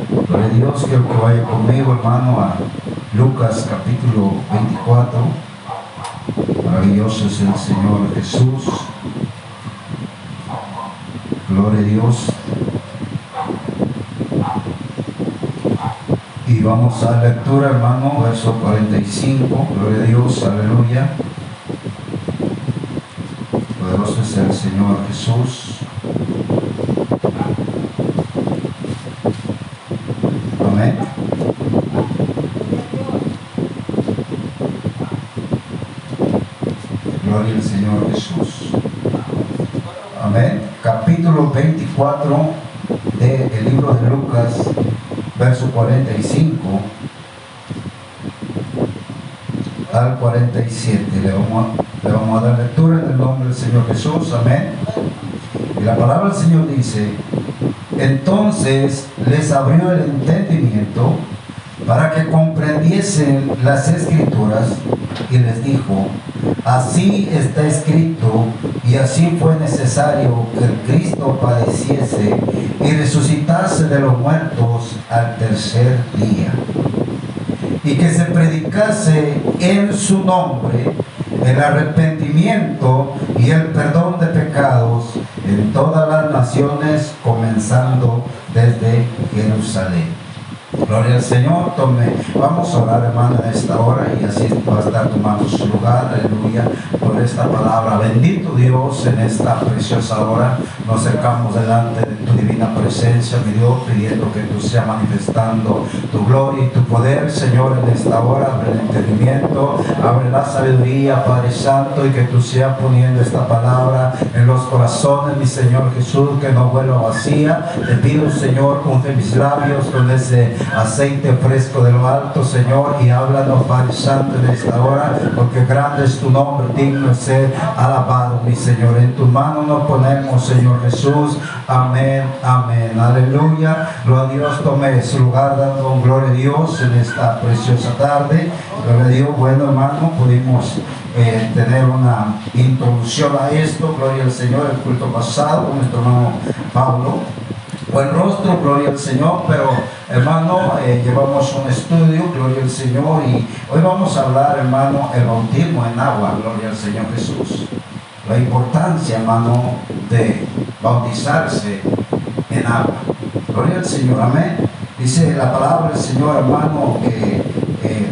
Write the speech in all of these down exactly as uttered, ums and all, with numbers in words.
Gloria a Dios, quiero que vaya conmigo, hermano, a Lucas capítulo veinticuatro. Maravilloso es el Señor Jesús. Gloria a Dios. Y vamos a la lectura, hermano, verso cuarenta y cinco. Gloria a Dios, aleluya. Poderoso es el Señor Jesús. Amén. Gloria al Señor Jesús. Amén. Capítulo veinticuatro del libro de Lucas, verso cuarenta y cinco al cuarenta y siete. Le vamos, a, le vamos a dar lectura en el nombre del Señor Jesús. Amén. Y la palabra del Señor dice: entonces les abrió el entendimiento para que comprendiesen las Escrituras, y les dijo: así está escrito, y así fue necesario que el Cristo padeciese y resucitase de los muertos al tercer día, y que se predicase en su nombre el arrepentimiento y el perdón de pecados en todas las naciones, comenzando desde Jerusalén. Gloria al Señor. Tome, vamos a orar, hermano, en esta hora, y así va a estar tomando su lugar, aleluya, por esta palabra. Bendito Dios, en esta preciosa hora nos acercamos delante de tu divina presencia, mi Dios, pidiendo que tú seas manifestando tu gloria y tu poder, Señor, en esta hora. Abre el entendimiento, abre la sabiduría, Padre Santo, y que tú seas poniendo esta palabra en los corazones, mi Señor Jesús, que no vuelva vacía. Te pido, Señor, unge mis labios con ese aceite fresco de lo alto, Señor, y háblanos, Padre Santo, en esta hora, porque grande es tu nombre, digno de ser alabado, mi Señor. En tu mano nos ponemos, Señor Jesús. Amén, amén, aleluya. Gloria a Dios. Tome su lugar dando gloria a Dios en esta preciosa tarde. Gloria a Dios. Bueno, hermano, pudimos eh, tener una introducción a esto. Gloria al Señor. El culto pasado con nuestro hermano Pablo, buen rostro, gloria al Señor. Pero hermano, eh, llevamos un estudio, gloria al Señor, y hoy vamos a hablar, hermano, el bautismo en agua, gloria al Señor Jesús. La importancia, hermano, de bautizarse en agua, gloria al Señor, amén. Dice la palabra del Señor, hermano, que eh,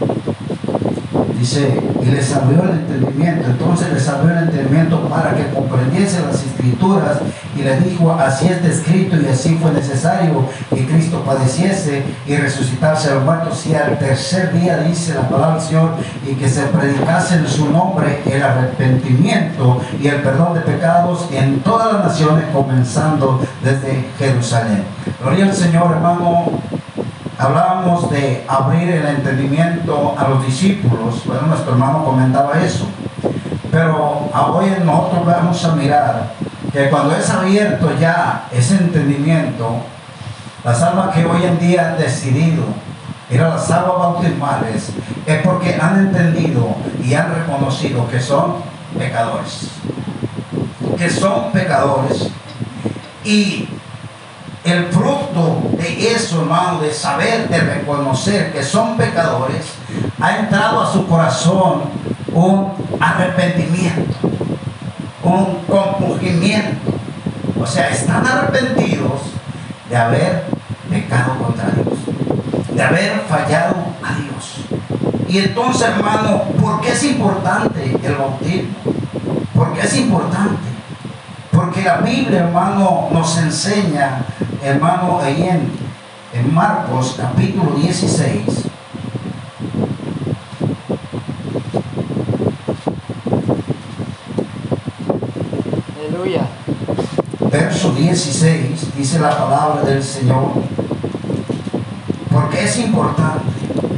dice, y les abrió el entendimiento. Entonces les abrió el entendimiento para que comprendiesen las Escrituras, y les dijo: así está escrito, y así fue necesario que Cristo padeciese y resucitase de los muertos, y al tercer día, dice la palabra del Señor, y que se predicase en su nombre el arrepentimiento y el perdón de pecados en todas las naciones, comenzando desde Jerusalén. Gloria al Señor, hermano. Hablábamos de abrir el entendimiento a los discípulos. Bueno, nuestro hermano comentaba eso. Pero hoy nosotros vamos a mirar que cuando es abierto ya ese entendimiento, las almas que hoy en día han decidido ir a las aguas bautismales es porque han entendido y han reconocido que son pecadores. Que son pecadores. Y el fruto de eso, hermano, de saber, de reconocer que son pecadores, ha entrado a su corazón un arrepentimiento, un compungimiento. O sea, están arrepentidos de haber pecado contra Dios, de haber fallado a Dios. Y entonces, hermano, ¿por qué es importante el bautismo? ¿Por qué es importante? Porque la Biblia, hermano, nos enseña, hermano, ahí en, en Marcos capítulo dieciséis, aleluya, verso dieciséis, dice la palabra del Señor. Porque es importante.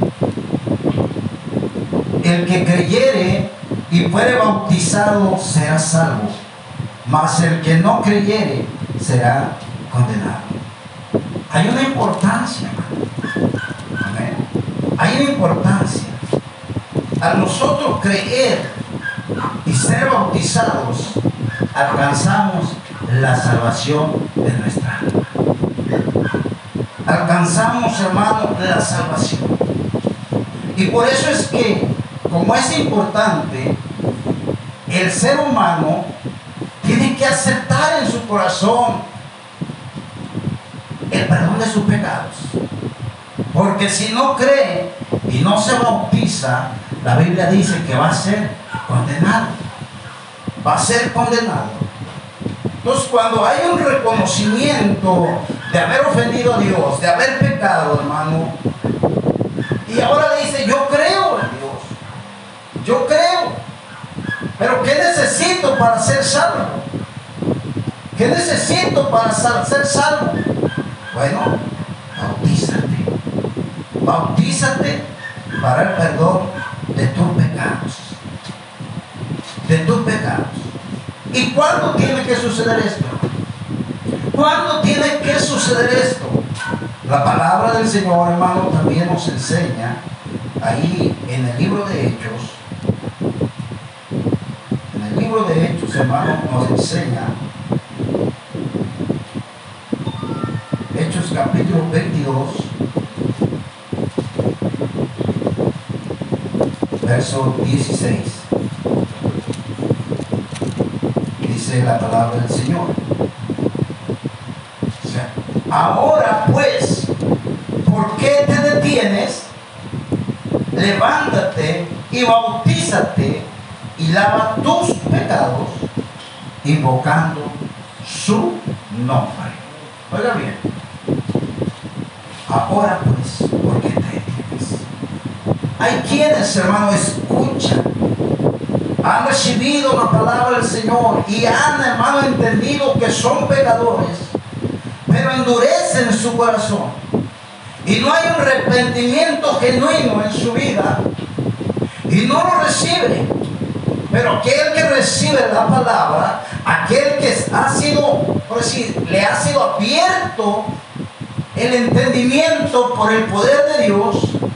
El que creyere y fuere bautizado será salvo, mas el que no creyere será condenado. Hay una importancia, hermano. Amén. Hay una importancia. Al nosotros creer y ser bautizados, alcanzamos la salvación de nuestra alma. alcanzamos, hermano, la salvación. Y por eso es que, como es importante, el ser humano tiene que aceptar en su corazón el perdón de sus pecados. Porque si no cree y no se bautiza, la Biblia dice que va a ser condenado. Va a ser condenado. Entonces, cuando hay un reconocimiento de haber ofendido a Dios, de haber pecado, hermano, y ahora dice, yo creo en Dios, yo creo, pero ¿qué necesito para ser salvo? ¿Qué necesito para ser salvo? Bueno, bautízate, bautízate para el perdón de tus pecados, de tus pecados. ¿Y cuándo tiene que suceder esto? ¿Cuándo tiene que suceder esto? La palabra del Señor, hermano, también nos enseña ahí en el libro de Hechos. En el libro de Hechos, hermano, nos enseña Hechos capítulo veintidós, verso dieciséis. Dice la palabra del Señor. O sea, ahora pues, ¿por qué te detienes? Levántate y bautízate y lava tus pecados, invocando su nombre. Oiga bien. Ahora pues, ¿por qué te detienes? Hay quienes, hermano, escuchan, han recibido la palabra del Señor y han, hermano, entendido que son pecadores, pero endurecen su corazón y no hay un arrepentimiento genuino en su vida y no lo recibe. Pero aquel que recibe la palabra, aquel que ha sido, por decir, le ha sido abierto el entendimiento por el poder de Dios,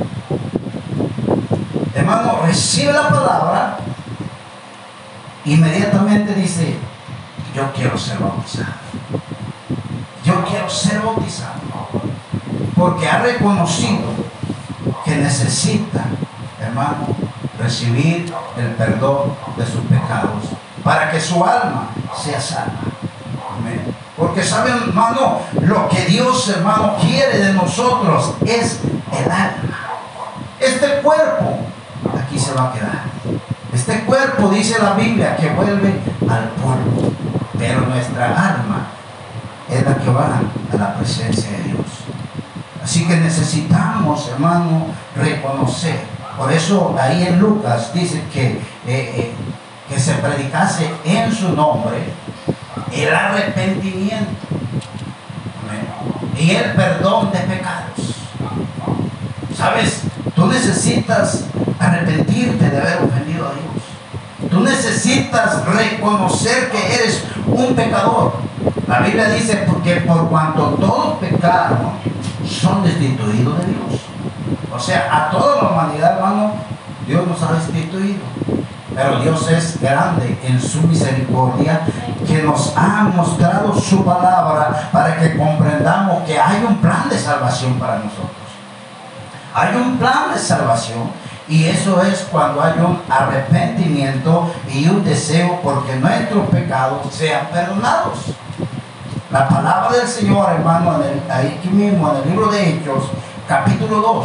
hermano, recibe la palabra, inmediatamente dice, yo quiero ser bautizado, yo quiero ser bautizado, porque ha reconocido que necesita, hermano, recibir el perdón de sus pecados para que su alma sea salva. Amén. Porque saben, hermano, lo que Dios, hermano, quiere de nosotros es el alma. Este cuerpo aquí se va a quedar. Este cuerpo, dice la Biblia, que vuelve al polvo, pero nuestra alma es la que va a la presencia de Dios. Así que necesitamos, hermano, reconocer. Por eso ahí en Lucas dice que, eh, eh, que se predicase en su nombre el arrepentimiento, ¿sí? Y el perdón de pecados. ¿Sabes? Tú necesitas arrepentirte de haber ofendido a Dios. Tú necesitas reconocer que eres un pecador. La Biblia dice que por cuanto todos pecaron, son destituidos de Dios. O sea, a toda la humanidad, hermano, Dios nos ha destituido. Pero Dios es grande en su misericordia, que nos ha mostrado su palabra para que comprendamos que hay un plan de salvación para nosotros. Hay un plan de salvación, y eso es cuando hay un arrepentimiento y un deseo porque nuestros pecados sean perdonados. La palabra del Señor, hermano, en el, ahí mismo en el libro de Hechos, capítulo dos.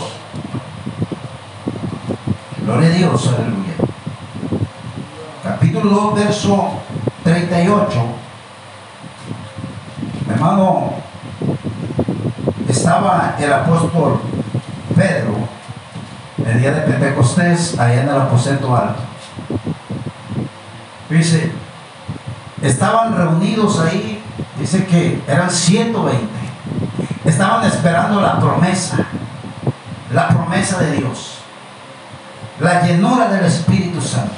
Gloria a Dios, aleluya. Capítulo dos, verso treinta y ocho. Hermano, estaba el apóstol Pedro el día de Pentecostés allá en el aposento alto. Dice, estaban reunidos ahí, dice que eran ciento veinte. Estaban esperando la promesa, la promesa de Dios, la llenura del Espíritu Santo.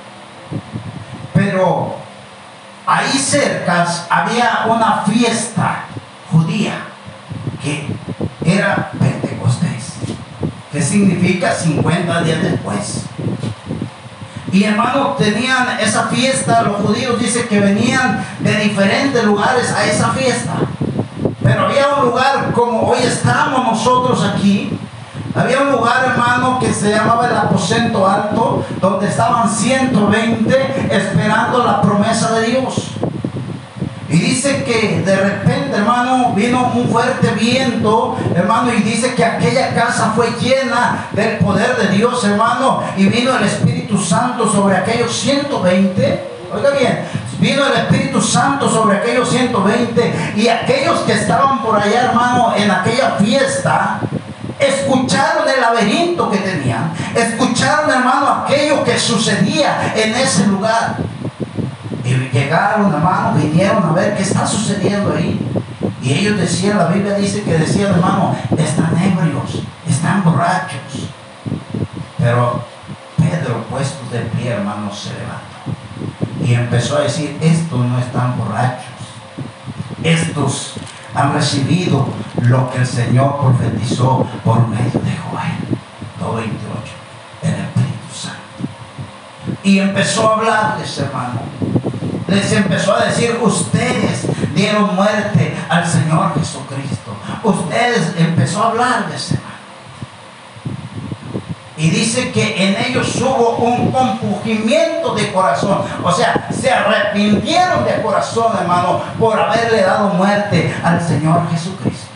Pero ahí cerca había una fiesta judía que era Pentecostés, que significa cincuenta días después. Y hermanos, tenían esa fiesta, los judíos dicen que venían de diferentes lugares a esa fiesta, pero había había un lugar como hoy estamos nosotros aquí. Había un lugar, hermano, que se llamaba el aposento alto, donde estaban ciento veinte esperando la promesa de Dios. Y dice que de repente, hermano, vino un fuerte viento, hermano, y dice que aquella casa fue llena del poder de Dios, hermano, y vino el Espíritu Santo sobre aquellos ciento veinte. Oiga bien, vino el Espíritu Santo sobre aquellos ciento veinte, y aquellos que estaban por allá, hermano, en aquella fiesta, escucharon el laberinto que tenían, escucharon, hermano, aquello que sucedía en ese lugar. Y llegaron, hermano, vinieron a ver qué está sucediendo ahí. Y ellos decían, la Biblia dice que decían, hermano, están ebrios, están borrachos. Pero Pedro, puesto de pie, hermano, se levantó y empezó a decir, estos no están borrachos, estos han recibido lo que el Señor profetizó por medio de Joel dos veintiocho, el Espíritu Santo. Y empezó a hablarles, hermano. Les empezó a decir, ustedes dieron muerte al Señor Jesucristo. Ustedes, empezó a hablarles, hermano. Y dice que en ellos hubo un compungimiento de corazón. O sea, se arrepintieron de corazón, hermano, por haberle dado muerte al Señor Jesucristo.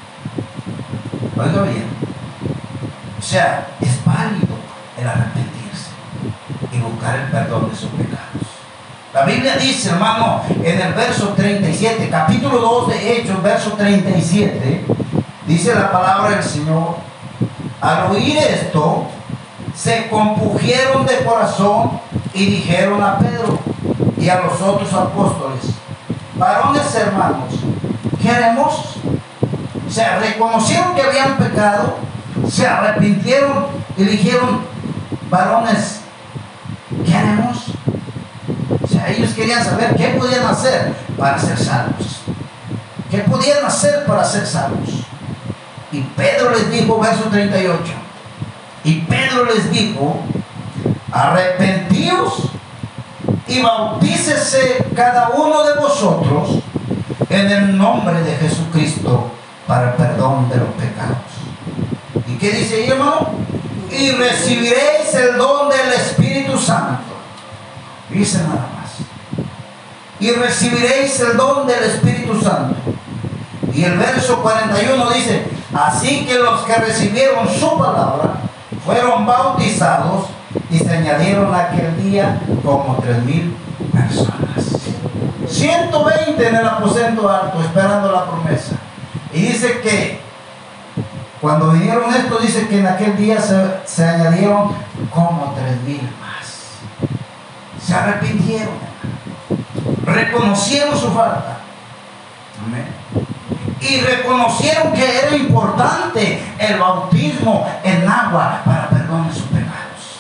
Oiga bien. O sea, es válido el arrepentirse y buscar el perdón de sus pecados. La Biblia dice, hermano, en el verso treinta y siete, capítulo dos de Hechos, verso treinta y siete, dice la palabra del Señor: al oír esto, se compungieron de corazón y dijeron a Pedro y a los otros apóstoles: varones hermanos, ¿qué haremos? O sea, reconocieron que habían pecado, se arrepintieron y dijeron: varones, ¿qué haremos? O sea, ellos querían saber qué podían hacer para ser salvos. ¿Qué podían hacer para ser salvos? Y Pedro les dijo, verso treinta y ocho, y Pedro les dijo: arrepentíos y bautícese cada uno de vosotros en el nombre de Jesucristo para el perdón de los pecados. ¿Y qué dice ahí, hermano? Y recibiréis el don del Espíritu Santo. Dice nada más. Y recibiréis el don del Espíritu Santo. Y el verso cuarenta y uno dice: así que los que recibieron su palabra fueron bautizados, y se añadieron aquel día como tres mil personas. ciento veinte en el aposento alto esperando la promesa. Y dice que cuando vinieron estos, dice que en aquel día se, se añadieron como tres mil más. Se arrepintieron, reconocieron su falta. Amén. Y reconocieron que era importante el bautismo en agua para perdón de sus pecados.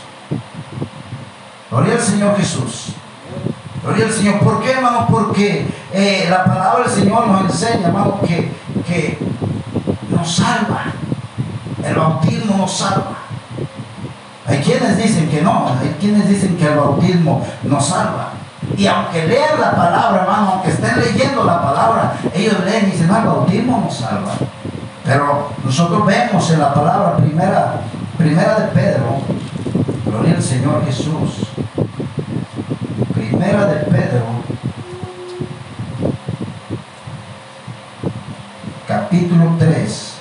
Gloria al Señor Jesús. Gloria al Señor. ¿Por qué, hermano? Porque eh, la palabra del Señor nos enseña, hermano, que, que nos salva. El bautismo nos salva. Hay quienes dicen que no, hay quienes dicen que el bautismo nos salva. Y aunque lean la palabra, hermano, aunque estén leyendo la palabra, ellos leen y dicen: no, el bautismo nos salva. Pero nosotros vemos en la palabra primera, primera de Pedro, gloria al Señor Jesús, primera de Pedro, capítulo tres,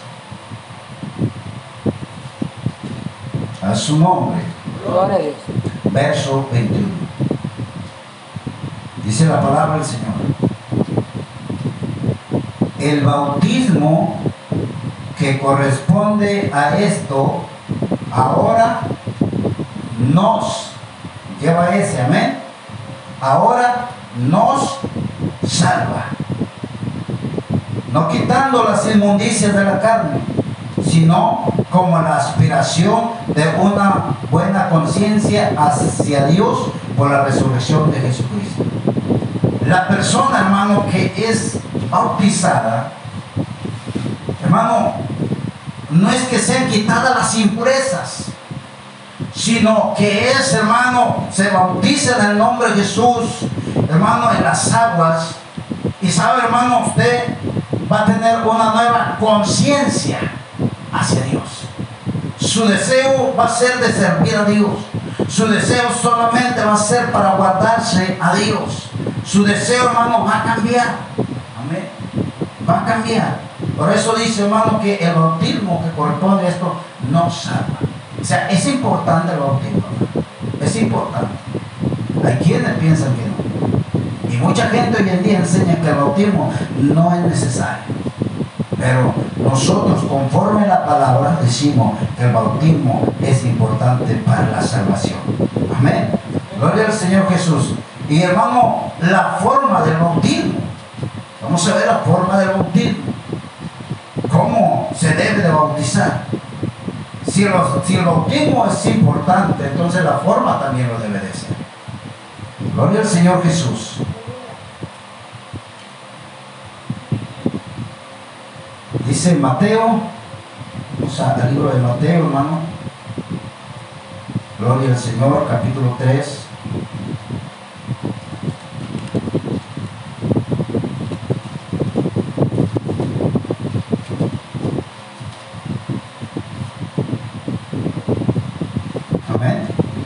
a su nombre, Gloria a Dios. verso veintiuno. Dice la palabra del Señor: el bautismo que corresponde a esto ahora nos lleva ese, amén, ahora nos salva, no quitando las inmundicias de la carne, sino como la aspiración de una buena conciencia hacia Dios por la resurrección de Jesucristo. La persona, hermano, que es bautizada, hermano, no es que sean quitadas las impurezas, sino que es, hermano, se bautiza en el nombre de Jesús, hermano, en las aguas. Y sabe, hermano, usted va a tener una nueva conciencia hacia Dios. Su deseo va a ser de servir a Dios. Su deseo solamente va a ser para guardarse a Dios. Su deseo, hermano, va a cambiar. Amén. Va a cambiar. Por eso dice, hermano, que el bautismo que corresponde a esto no salva. O sea, es importante el bautismo, hermano. Es importante. Hay quienes piensan que no. Y mucha gente hoy en día enseña que el bautismo no es necesario. Pero nosotros, conforme a la palabra, decimos que el bautismo es importante para la salvación. Amén. Gloria al Señor Jesús. Y hermano, la forma del bautismo. Vamos a ver la forma del bautismo. ¿Cómo se debe de bautizar? Si el, si el bautismo es importante, entonces la forma también lo debe de ser. Gloria al Señor Jesús. Dice Mateo, vamos al libro de Mateo, hermano. Gloria al Señor, capítulo tres. Amén.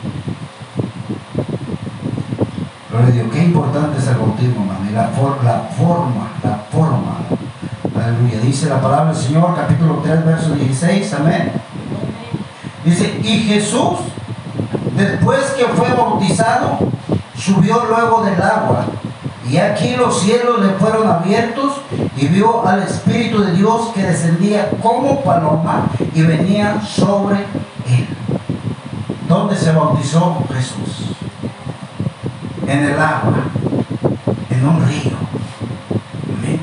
Gloria a Dios. Qué importante es el bautismo, hermano. Y la, for, la forma, la forma. Aleluya. Dice la palabra del Señor, capítulo tres, verso dieciséis. Amén. Dice, y Jesús, después que fue bautizado, subió luego del agua. Y aquí los cielos le fueron abiertos y vio al Espíritu de Dios que descendía como paloma y venía sobre él. ¿Dónde se bautizó Jesús? En el agua, en un río. Amén.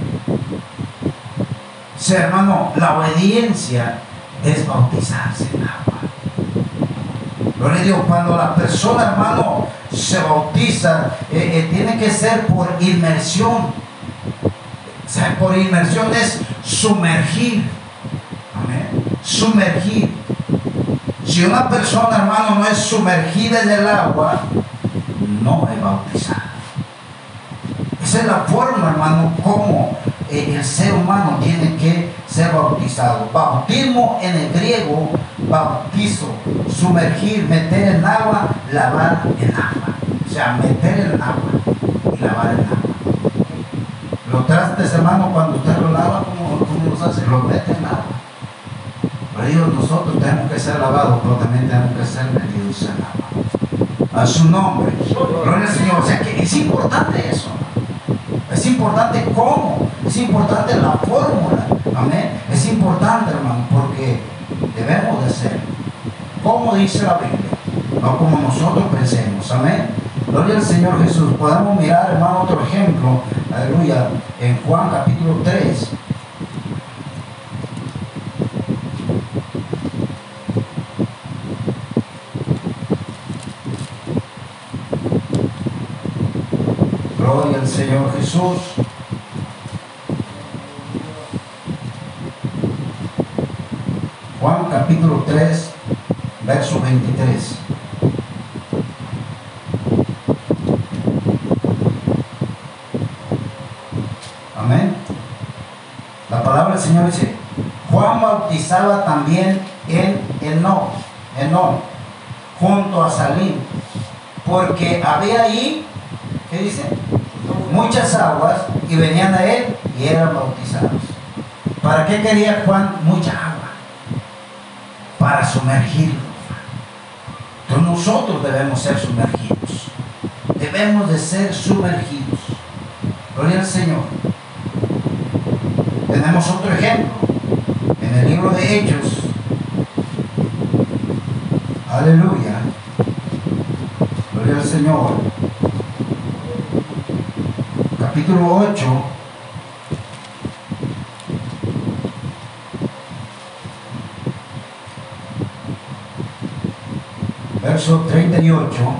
O sea, hermano, la obediencia es bautizarse en agua. Gloria a Dios. Cuando la persona, hermano, se bautiza, eh, eh, tiene que ser por inmersión. O sea, por inmersión es sumergir. Amén. Sumergir. Si una persona, hermano, no es sumergida en el agua, no es bautizada. Esa es la forma, hermano, como eh, el ser humano tiene que ser bautizado. Bautismo en el griego, bautizo, sumergir, meter en agua, lavar en agua. O sea, meter en agua y lavar en agua. Los trastes, hermano, cuando usted lo lava, ¿cómo, cómo los hace? Los mete en agua. Por ello nosotros tenemos que ser lavados, pero también tenemos que ser metidos en agua. A su nombre. Gloria al Señor. O sea que es importante eso. Es importante cómo. Es importante la fórmula. Amén. Es importante, hermano, porque debemos de ser como dice la Biblia, no como nosotros pensemos. Amén. Gloria al Señor Jesús. Podemos mirar, hermano, otro ejemplo. Aleluya. En Juan capítulo tres. Gloria al Señor Jesús. Juan capítulo tres, verso veintitrés. Amén. La palabra del Señor dice, Juan bautizaba también en Enón, Enón, junto a Salim, porque había ahí, ¿qué dice? Muchas aguas, y venían a él y eran bautizados. ¿Para qué quería Juan mucha agua? Para sumergirlo. Entonces nosotros debemos ser sumergidos. Debemos de ser sumergidos. Gloria al Señor. Tenemos otro ejemplo en el libro de Hechos. Aleluya. Gloria al Señor. Capítulo ocho. Verso treinta y ocho.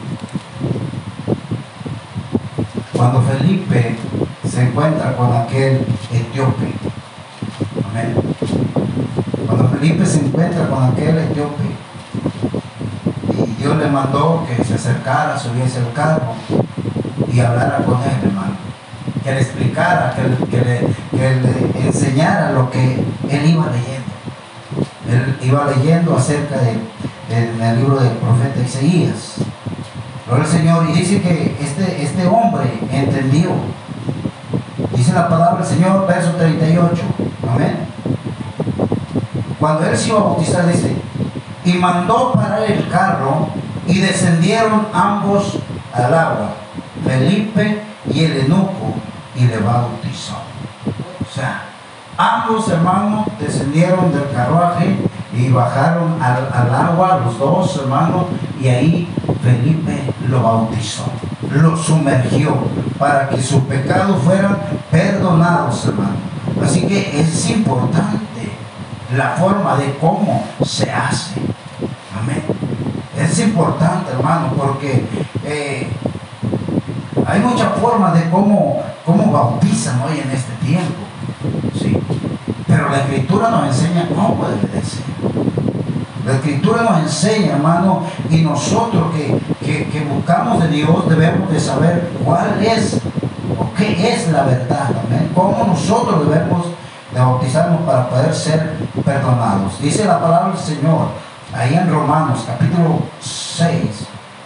Cuando Felipe se encuentra con aquel etíope. Amén. Cuando Felipe se encuentra con aquel etíope y Dios le mandó que se acercara, subiese al carro y hablara con él, hermano. Y que le explicara, que, le- que, le, que le enseñara lo que él iba leyendo. Él iba leyendo acerca de, de- en el libro del profeta Isaías. Gloria al Señor. Y dice que este, este hombre entendió. Dice la palabra del Señor, verso treinta y ocho. Amén. Cuando él se iba a bautizar, dice, y mandó parar el carro y descendieron ambos al agua, Felipe y el eunuco, y le bautizó. O sea, ambos hermanos descendieron del carruaje y bajaron al, al agua, los dos hermanos, y ahí Felipe lo bautizó, lo sumergió para que sus pecados fueran perdonados, hermano. Así que es importante la forma de cómo se hace. Amén. Es importante, hermano, porque eh, hay muchas formas de cómo, cómo bautizan hoy en este tiempo. ¿Sí? Pero la Escritura nos enseña cómo debe de ser. La Escritura nos enseña, hermano, y nosotros que, que, que buscamos de Dios debemos de saber cuál es o qué es la verdad. Amén. Cómo nosotros debemos de bautizarnos para poder ser perdonados. Dice la palabra del Señor ahí en Romanos capítulo seis.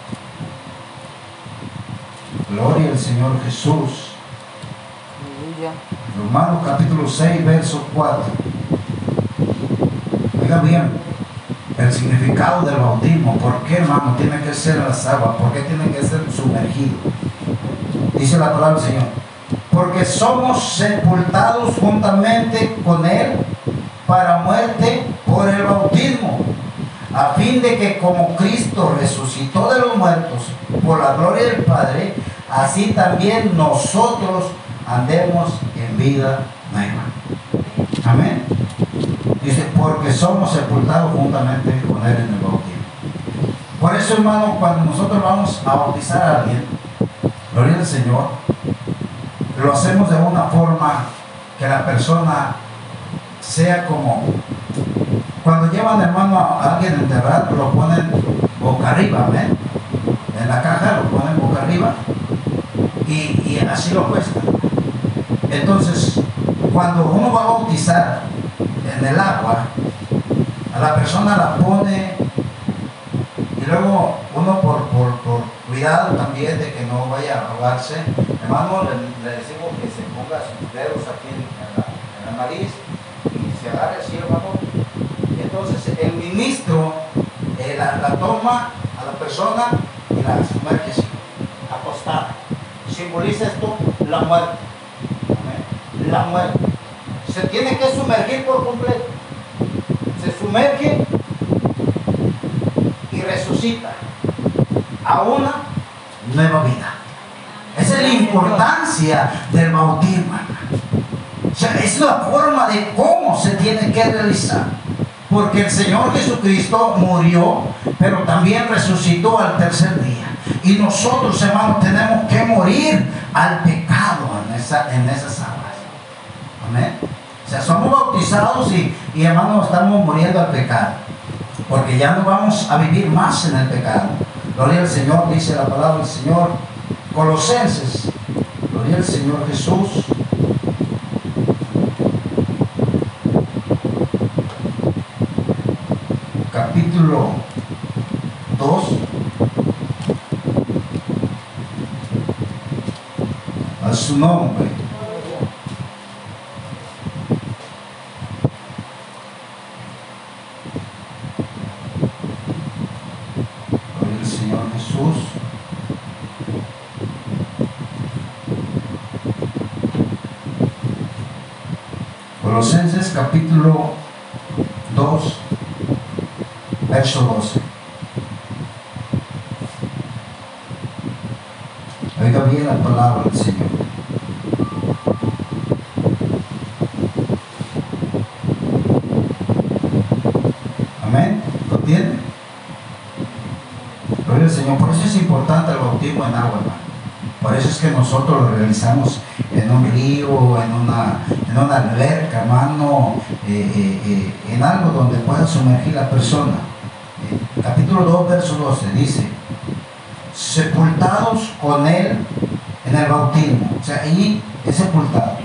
Gloria al Señor Jesús. Aleluya. Romanos capítulo seis, verso cuatro. Oiga bien, el significado del bautismo. ¿Por qué, hermano, tiene que ser en las aguas? ¿Por qué tiene que ser sumergido? Dice la palabra del Señor. Porque somos sepultados juntamente con Él para muerte por el bautismo, a fin de que como Cristo resucitó de los muertos por la gloria del Padre, así también nosotros andemos en vida nueva. Amén. Dice, porque somos sepultados juntamente con Él en el bautismo. Por eso, hermano, cuando nosotros vamos a bautizar a alguien, gloria al Señor, lo hacemos de una forma que la persona sea como, cuando llevan, hermano, a alguien a enterrar, lo ponen boca arriba, ¿ven? En la caja lo ponen boca arriba y, y así lo cuestan. Entonces, cuando uno va a bautizar en el agua, a la persona la pone y luego uno por, por, por cuidado también de que no vaya a ahogarse, hermano, le, le decimos que se ponga sus dedos aquí en la, en la nariz y se agarre así, hermano. Entonces el ministro eh, la, la toma a la persona y la sumerge así, acostada. Simboliza esto la muerte. ¿Amén? La muerte. Se tiene que sumergir por completo. Se sumerge y resucita a una nueva vida. Esa es la importancia del bautismo. O sea, es la forma de cómo se tiene que realizar. Porque el Señor Jesucristo murió, pero también resucitó al tercer día. Y nosotros, hermanos, tenemos que morir al pecado en, esa, en esas aguas. Amén. O sea, somos bautizados y, y, hermanos, estamos muriendo al pecado. Porque ya no vamos a vivir más en el pecado. Gloria al Señor, dice la palabra del Señor. Colosenses, gloria al Señor Jesús. Capítulo dos. A su nombre. Gloria al Señor Jesús. Colosenses capítulo dos, verso doce. Oiga bien la palabra del Señor. Amén. ¿Lo tiene? Gloria al Señor. Por eso es importante el bautismo en agua, hermano. Por eso es que nosotros lo realizamos en un río, en una, en una alberca, hermano, eh, eh, eh, en algo donde pueda sumergir la persona. Eh, capítulo dos, verso doce, dice, sepultados con Él en el bautismo. O sea, ahí es sepultado,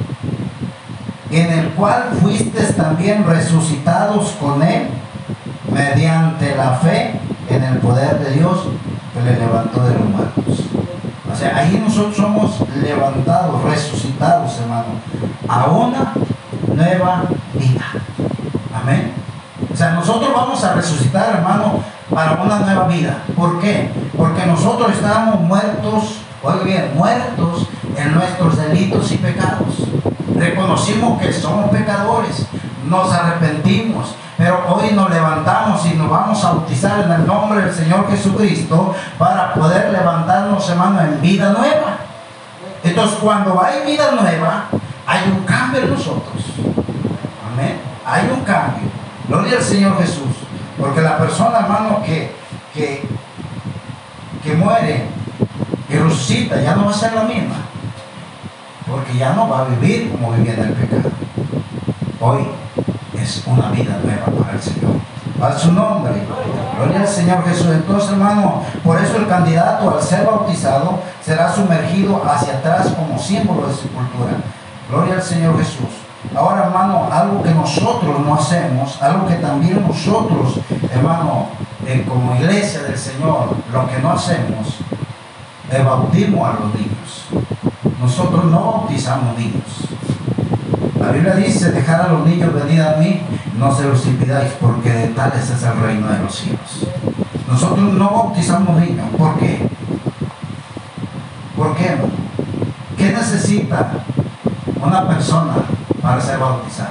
en el cual fuisteis también resucitados con él mediante la fe en el poder de Dios que le levantó de los muertos. O sea, ahí nosotros somos levantados, resucitados, hermano, a una nueva vida. Amén. O sea, nosotros vamos a resucitar, hermano, para una nueva vida. ¿Por qué? Porque nosotros estábamos muertos, oiga bien, muertos en nuestros delitos y pecados. Reconocimos que somos pecadores, nos arrepentimos, pero hoy nos levantamos y nos vamos a bautizar en el nombre del Señor Jesucristo para poder levantarnos, hermano, en vida nueva. Entonces, cuando hay vida nueva, hay un cambio en nosotros. Amén. Hay un cambio. Gloria al Señor Jesús. Porque la persona, hermano, que, que, que muere y resucita, ya no va a ser la misma. Porque ya no va a vivir como vivía en el pecado. Hoy es una vida nueva para el Señor. A su nombre. Gloria al Señor Jesús. Entonces, hermano, por eso el candidato, al ser bautizado, será sumergido hacia atrás como símbolo de sepultura. Gloria al Señor Jesús. Ahora, hermano, algo que nosotros no hacemos, algo que también nosotros, hermano, eh, como iglesia del Señor, lo que no hacemos es bautismo a los niños. Nosotros no bautizamos niños. La Biblia dice: dejar a los niños venir a mí, no se los impidáis, porque de tales es el reino de los cielos. Nosotros no bautizamos niños. ¿Por qué? ¿Por qué? ¿Qué necesita una persona para ser bautizada?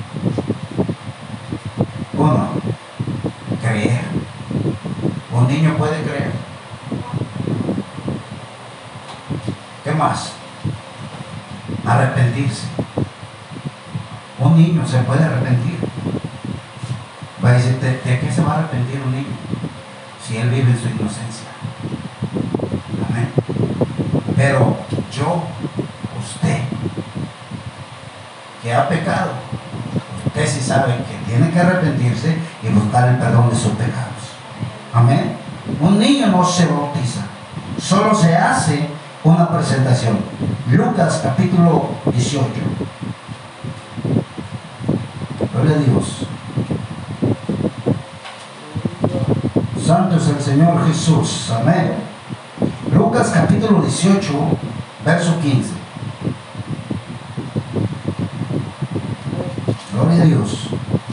Uno, creer. Un niño puede creer. ¿Qué más? Arrepentirse. Un niño se puede arrepentir. Va a decir: ¿de, de qué se va a arrepentir un niño? Si él vive en su inocencia. Amén. Pero yo, usted, que ha pecado, usted sí sabe que tiene que arrepentirse y buscar el perdón de sus pecados. Amén. Un niño no se bautiza, solo se hace una presentación. Lucas capítulo dieciocho. Gloria a Dios. Santo es el Señor Jesús. Amén. Lucas capítulo dieciocho, verso quince. Gloria a Dios.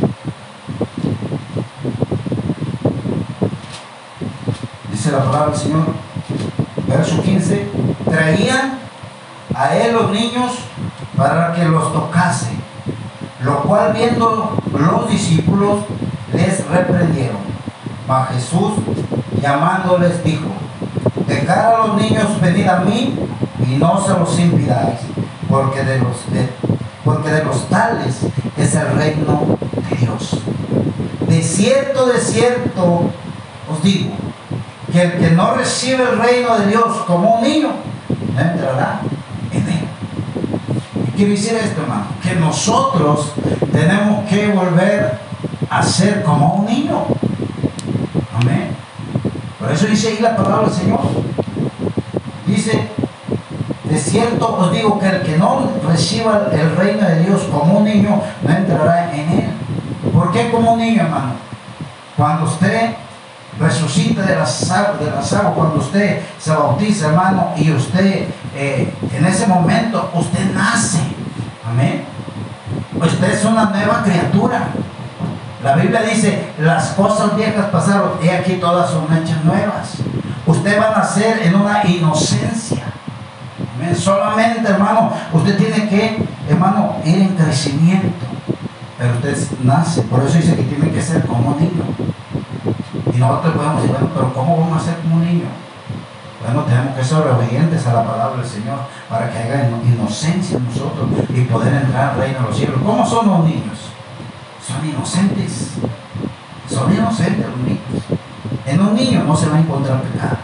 Dice la palabra del Señor, verso quince: traían a él los niños para que los tocase, lo cual viendo los discípulos les reprendieron. Mas Jesús, llamándoles, dijo: dejad a los niños venir a mí y no se los impidáis, porque de los, de, porque de los tales es el reino de Dios. De cierto, de cierto os digo, que el que no recibe el reino de Dios como un niño, no entrará en él. ¿Qué quiere decir esto, hermano? Que nosotros tenemos que volver a ser como un niño. Amén. Por eso dice ahí la palabra del Señor. Dice: de cierto os digo que el que no reciba el reino de Dios como un niño, no entrará en él. ¿Por qué como un niño, hermano? Cuando usted resucita de las aguas, de las aguas, cuando usted se bautiza, hermano, y usted eh, en ese momento usted nace. Amén. Usted es una nueva criatura. La Biblia dice: las cosas viejas pasaron, y aquí todas son hechas nuevas. Usted va a nacer en una inocencia. Amén. Solamente, hermano, usted tiene que, hermano, ir en crecimiento. Pero usted nace. Por eso dice que tiene que ser como un niño. Y nosotros podemos decir: bueno, pero ¿cómo vamos a ser como un niño? Bueno, tenemos que ser obedientes a la palabra del Señor para que haya inocencia en nosotros y poder entrar al reino de los cielos. ¿Cómo son los niños? Son inocentes. Son inocentes los niños. En un niño no se va a encontrar pecado.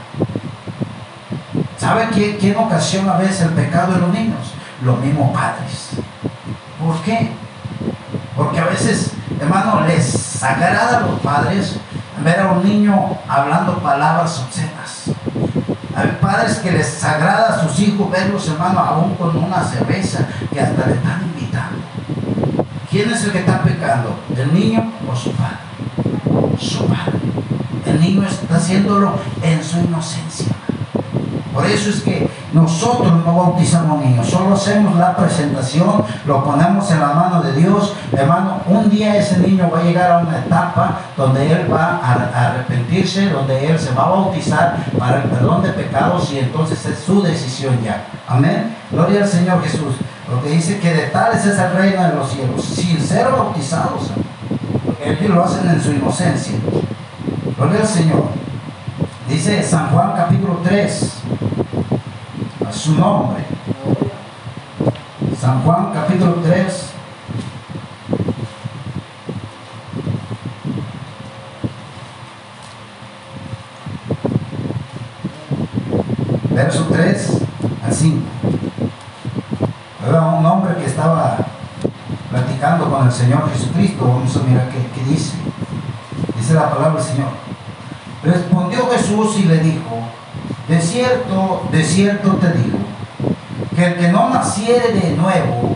¿Sabe qué, quién ocasiona a veces el pecado de los niños? Los mismos padres. ¿Por qué? Porque a veces, hermano, les agrada a los padres ver a un niño hablando palabras obscenas. Hay padres que les agrada a sus hijos verlos, hermano, aún con una cerveza, que hasta le están invitando. ¿Quién es el que está pecando? ¿El niño o su padre? Su padre. El niño está haciéndolo en su inocencia. Por eso es que nosotros no bautizamos niños, solo hacemos la presentación, lo ponemos en la mano de Dios. Hermano, un día ese niño va a llegar a una etapa donde él va a arrepentirse, donde él se va a bautizar para el perdón de pecados, y entonces es su decisión ya. Amén. Gloria al Señor Jesús. Lo que dice que de tales es el reino de los cielos, sin ser bautizados, porque ellos lo hacen en su inocencia. Gloria al Señor. Dice San Juan capítulo tres, a su nombre. San Juan capítulo tres, verso tres al cinco. Era un hombre que estaba platicando con el Señor Jesucristo. Vamos a mirar qué, qué dice. Dice la palabra del Señor. Respondió Jesús y le dijo: de cierto, de cierto te digo, que el que no naciere de nuevo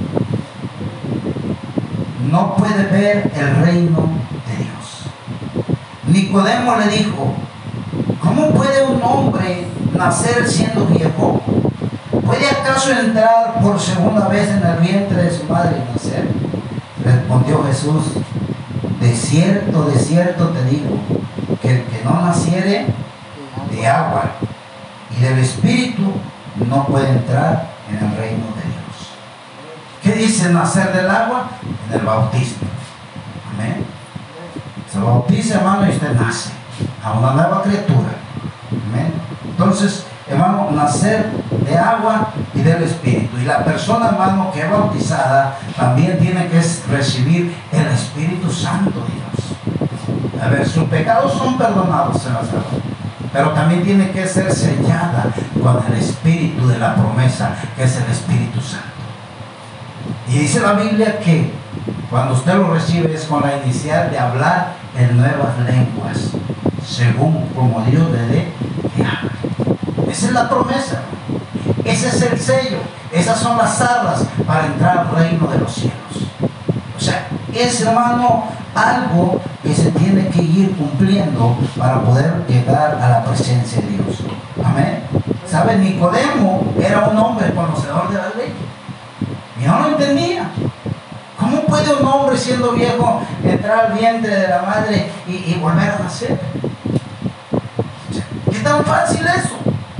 no puede ver el reino de Dios. Nicodemo le dijo: ¿cómo puede un hombre nacer siendo viejo? ¿Puede acaso entrar por segunda vez en el vientre de su madre y nacer? Respondió Jesús: de cierto, de cierto te digo, que el que no naciere de agua y del Espíritu no puede entrar en el reino de Dios. ¿Qué dice nacer del agua? En el bautismo. Amén. Se bautiza, hermano, y usted nace a una nueva criatura. Amén. Entonces, hermano, nacer de agua y del Espíritu. Y la persona, hermano, que es bautizada también tiene que recibir el Espíritu Santo de Dios. A ver, sus pecados son perdonados en la salvación, pero también tiene que ser sellada con el Espíritu de la promesa, que es el Espíritu Santo. Y dice la Biblia que cuando usted lo recibe es con la inicial de hablar en nuevas lenguas, según como Dios le dé que hable. Esa es la promesa, ese es el sello, esas son las arras para entrar al reino de los cielos. O sea, es, hermano, algo que se tiene que ir cumpliendo para poder llegar a la presencia de Dios. Amén. ¿Sabe? Nicodemo era un hombre conocedor de la ley y no lo entendía. ¿Cómo puede un hombre siendo viejo entrar al vientre de la madre y, y volver a nacer? ¿Qué tan fácil eso?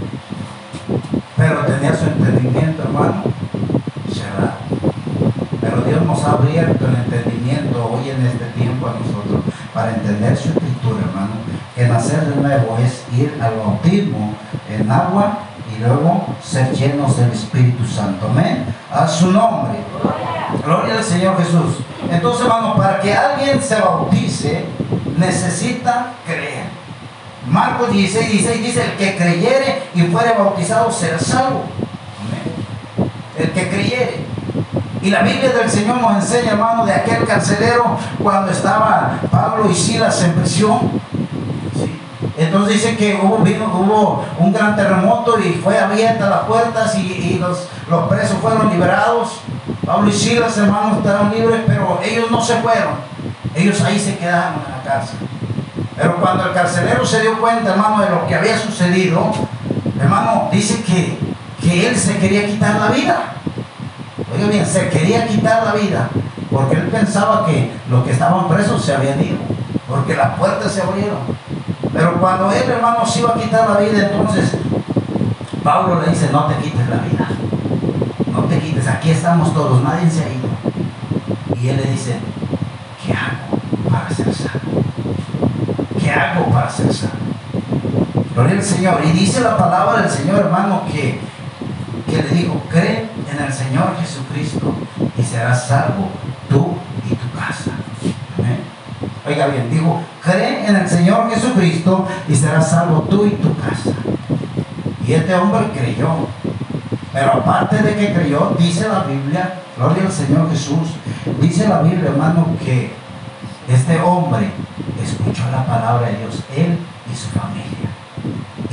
Pero tenía su entendimiento, hermano, cerrado. Pero Dios nos ha abierto el entendimiento hoy en este tiempo a nosotros para entender su escritura, hermano, que nacer de nuevo es ir al bautismo en agua y luego ser llenos del Espíritu Santo. Amén. A su nombre. Gloria al Señor Jesús. Entonces, hermano, para que alguien se bautice necesita creer. Marcos dieciséis, dieciséis dice: el que creyere y fuere bautizado será salvo. Amén. El que creyere. Y la Biblia del Señor nos enseña, hermano, de aquel carcelero cuando estaba Pablo y Silas en prisión. ¿Sí? Entonces dice que hubo, vino, hubo un gran terremoto y fue abierta las puertas y, y los, los presos fueron liberados. Pablo y Silas, hermanos, estaban libres, pero ellos no se fueron. Ellos ahí se quedaron en la cárcel. Pero cuando el carcelero se dio cuenta, hermano, de lo que había sucedido, hermano, dice que, que él se quería quitar la vida. Oiga bien, se quería quitar la vida porque él pensaba que los que estaban presos se habían ido, porque las puertas se abrieron. Pero cuando él, hermano, se iba a quitar la vida, entonces Pablo le dice: no te quites la vida, no te quites, aquí estamos todos, nadie se ha ido. Y él le dice: ¿qué hago para ser salvo? ¿Qué hago para ser salvo? Gloria al Señor. Y dice la palabra del Señor, hermano, que, que le dijo: cree en el Señor Jesucristo y serás salvo tú y tu casa. ¿Amén? Oiga bien, digo, cree en el Señor Jesucristo y serás salvo tú y tu casa. Y este hombre creyó. Pero aparte de que creyó, dice la Biblia, gloria al Señor Jesús, dice la Biblia, hermano, que este hombre escuchó la palabra de Dios, él y su familia.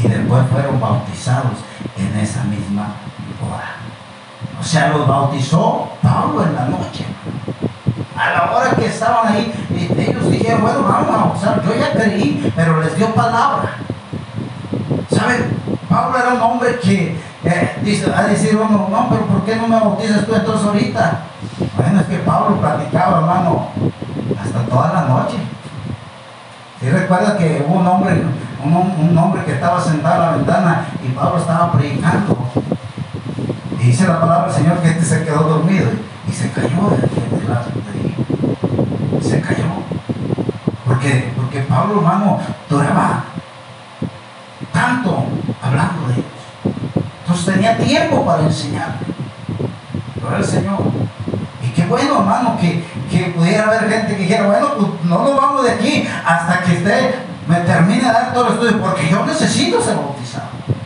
y después fueron bautizados en esa misma hora. O sea, los bautizó Pablo en la noche. A la hora que estaban ahí, ellos dijeron, bueno, vamos a bautizar. Yo ya creí, pero les dio palabra. ¿Saben? Pablo era un hombre que eh, dice, a decir uno, no, pero ¿por qué no me bautizas tú entonces ahorita? Bueno, es que Pablo platicaba, hermano, hasta toda la noche. ¿Sí recuerda que hubo un hombre, un, un hombre que estaba sentado en la ventana y Pablo estaba predicando? Y dice la palabra del Señor que este se quedó dormido y se cayó de, de, de la, de, se cayó. Porque, porque Pablo, hermano, duraba tanto hablando de ellos. Entonces tenía tiempo para enseñar. Gloria al Señor. Y qué bueno, hermano, que, que pudiera haber gente que dijera, bueno, pues no nos vamos de aquí hasta que usted me termine de dar todo el estudio, porque yo necesito ser bautizado.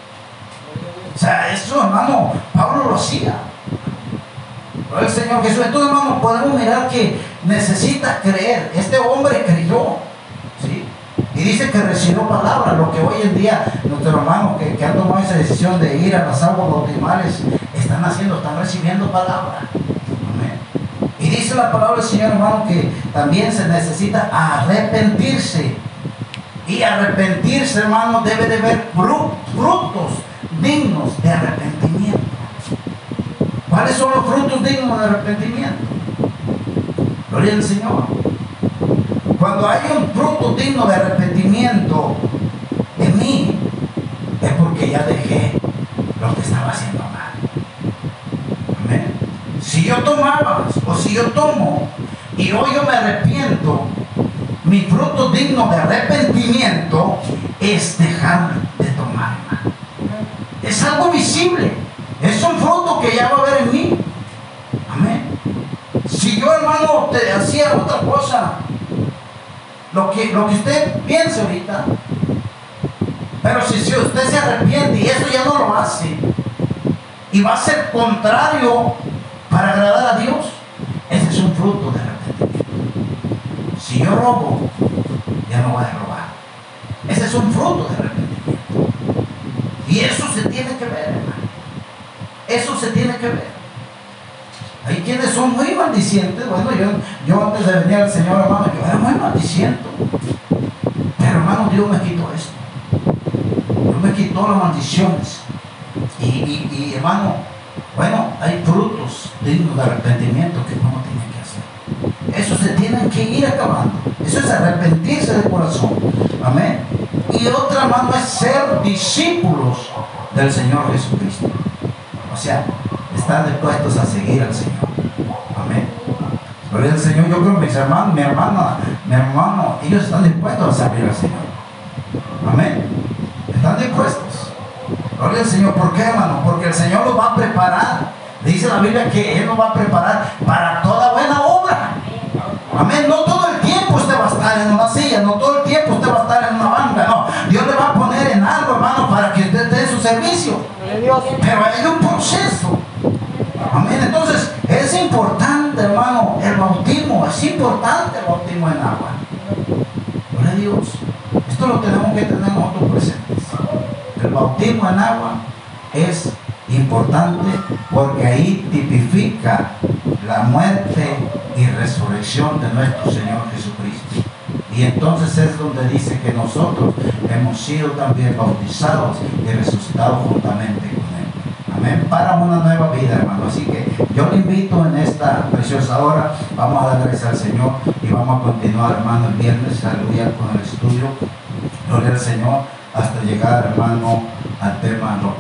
O sea, eso, hermano, Pablo lo hacía. Gloria al Señor Jesús. Entonces, hermano, podemos mirar que necesita creer. Este hombre creyó, ¿sí? Y dice que recibió palabra, lo que hoy en día nuestros hermanos que, que han tomado esa decisión de ir a las aguas bautismales están haciendo, están recibiendo palabra. Amén. Y dice la palabra del Señor, hermano, que también se necesita arrepentirse. Y arrepentirse, hermano, debe de haber frutos dignos de arrepentimiento. ¿Cuáles son los frutos dignos de arrepentimiento? Gloria al Señor. Cuando hay un fruto digno de arrepentimiento en mí, es porque ya dejé lo que estaba haciendo mal. Amén. Si yo tomaba, o si yo tomo, y hoy yo me arrepiento, mi fruto digno de arrepentimiento es dejar de tomar. Es algo visible. Es un fruto que ya va a haber en mí. Amén. Si yo, hermano, te hacía otra cosa, Lo que, lo que usted piense ahorita, pero si, si usted se arrepiente y eso ya no lo hace y va a ser contrario para agradar a Dios, ese es un fruto de arrepentimiento. Si yo robo, ya no voy a robar. Ese es un fruto de arrepentimiento. Y eso se tiene que ver, hermano. Eso se tiene que ver. Hay quienes son muy maldicientes. Bueno, yo, yo antes de venir al Señor, hermano, yo era muy maldiciento. Pero, hermano, Dios me quitó esto. Dios me quitó las maldiciones. Y, y, y hermano, bueno, hay frutos dignos de arrepentimiento que uno tiene que hacer. Eso se tiene que ir acabando. Eso es arrepentirse de corazón. Amén. Y otra, hermano, es ser discípulos del Señor Jesucristo. O sea, están dispuestos a seguir al Señor. Amén. Gloria al Señor. Yo creo que mis hermanos, mi hermana, mi hermano, ellos están dispuestos a servir al Señor. Amén. Están dispuestos. Gloria al Señor. ¿Por qué, hermano? Porque el Señor los va a preparar. Dice la Biblia que Él nos va a preparar para toda buena obra. Amén. No todo el tiempo usted va a estar en una silla, no todo el tiempo usted va a estar en una banca. No, Dios le va a poner en algo, hermano, para que usted dé su servicio. Pero hay un proceso. Amén. Entonces es importante, hermano, el bautismo. Es importante el bautismo en agua. Gloria a Dios. Esto lo tenemos que tener nosotros presentes. El bautismo en agua es importante porque ahí tipifica la muerte y resurrección de nuestro Señor Jesucristo. Y entonces es donde dice que nosotros hemos sido también bautizados y resucitados juntamente con Él. Amén. Para una nueva vida, hermano. Así que yo le invito en esta preciosa hora. Vamos a dar gracias al Señor y vamos a continuar, hermano, el viernes, aleluya, con el estudio. Gloria al Señor, hasta llegar, hermano, al tema.